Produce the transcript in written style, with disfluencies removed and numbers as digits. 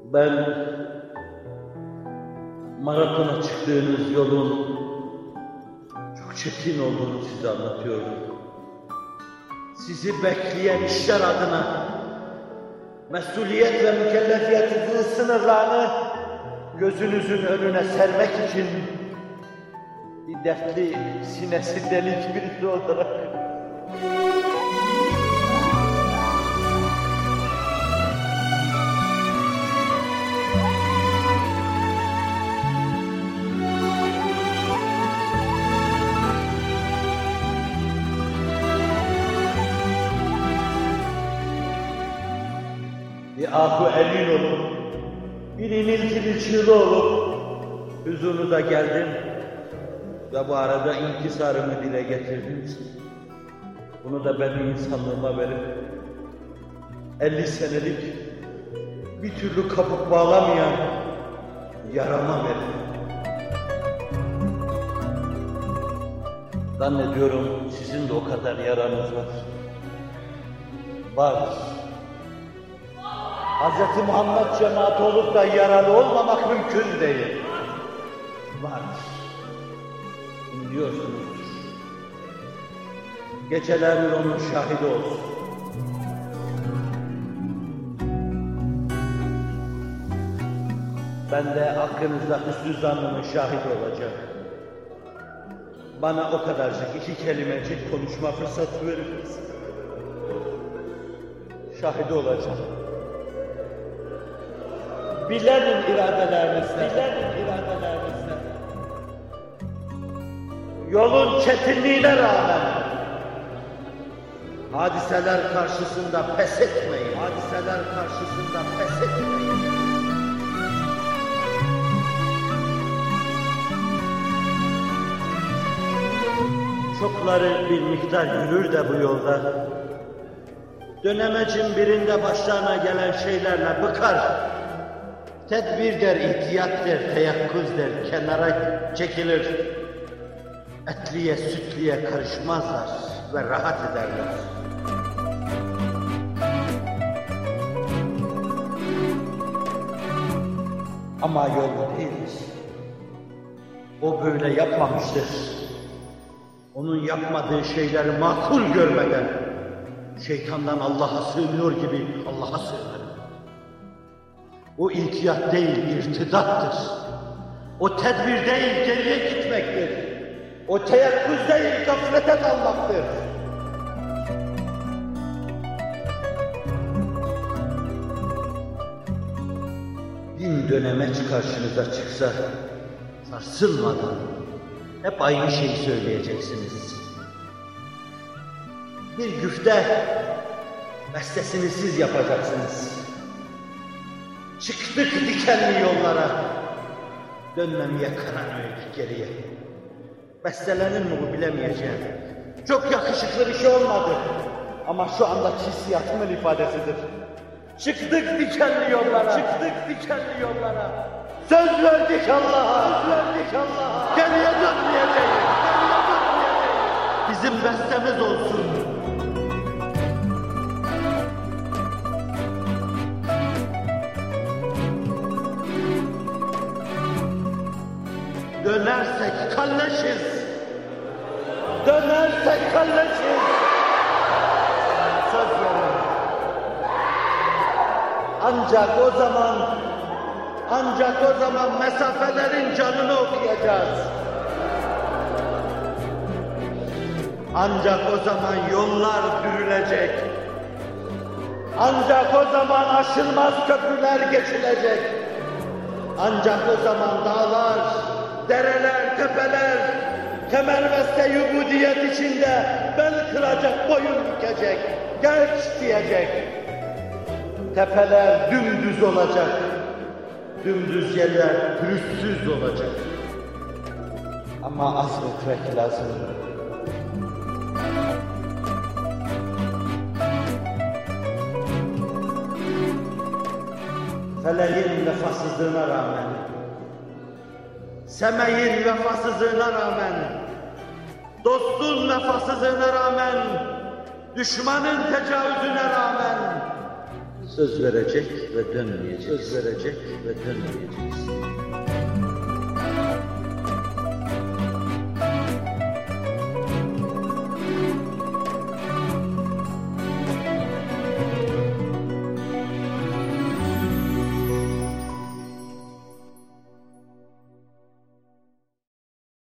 Ben maratona çıktığınız yolun çok çetin olduğunu size anlatıyorum. Sizi bekleyen işler adına mesuliyet ve mükellefiyetinizin sınırlarını gözünüzün önüne sermek için bir dertli, sinesi delik birisi olarak bir ahu emin olup, bir iniltili çığlığı olup huzurunuza geldim ve bu arada inkisarımı dile getirdim. Bunu da ben insanlığıma verip 50 senelik bir türlü kabuk bağlamayan yarama verdim. Zannediyorum sizin de o kadar yaranız var. Vardır. Hz. Muhammed cemaati olup da yaralı olmamak mümkün değil. Vardır. Dinliyorsunuzdur. Geceler onun şahidi olsun. Ben de hakkınızda hüsnü zannımın şahidi olacağım. Bana o kadarcık iki kelimecik konuşma fırsatı verir misin? Şahidi olacağım. Bilenin iradelerinizle, yolun çetinliğine rağmen hadiseler karşısında pes etmeyin. Çokları bir miktar yürür de bu yolda, dönemecin birinde başlarına gelen şeylerle bıkar. Tedbir der, ihtiyat der, teyakkuz der, kenara çekilir. Etliye, sütliye karışmazlar ve rahat ederler. Ama yol bu değildir. O böyle yapmamıştır. Onun yapmadığı şeyleri makul görmeden şeytandan Allah'a sığınıyor gibi Allah'a sığınır. O ihtiyat değil, irtidattır. O tedbir değil, geriye gitmektir. O teyakkuz değil, gaflete dalmaktır. Bin dönemeç karşınıza çıksa, sarsılmadan hep aynı şeyi söyleyeceksiniz. Bir güfte bestesini siz yapacaksınız. Çıktık dikenli yollara, dönmemeye karar verdik geriye. Bestelenir mi bu bilemeyeceğim. Çok yakışıklı bir şey olmadı. Ama şu andaki hissiyatımın ifadesidir. Çıktık dikenli yollara, Söz verdik Allah'a, Geriye dönmeyeceğiz. Bizim bestemiz olsun. Dönersek kalleşiz. Söz verin. Ancak o zaman mesafelerin canını okuyacağız. Ancak o zaman yollar dürülecek. Ancak o zaman aşılmaz köprüler geçilecek. Ancak o zaman dağlar, dereler, tepeler, kemerveste yubudiyet içinde bel kıracak, boyun bükecek, geç diyecek. Tepeler dümdüz olacak, dümdüz yerler pürüzsüz olacak. Ama azmetmek lazım. Feleğin vefasızlığına rağmen, semeyin vefasızlığına rağmen, dostun vefasızlığına rağmen, düşmanın tecavüzüne rağmen, Söz verecek ve dönmeyeceksin. Söz verecek ve dönmeyeceksin.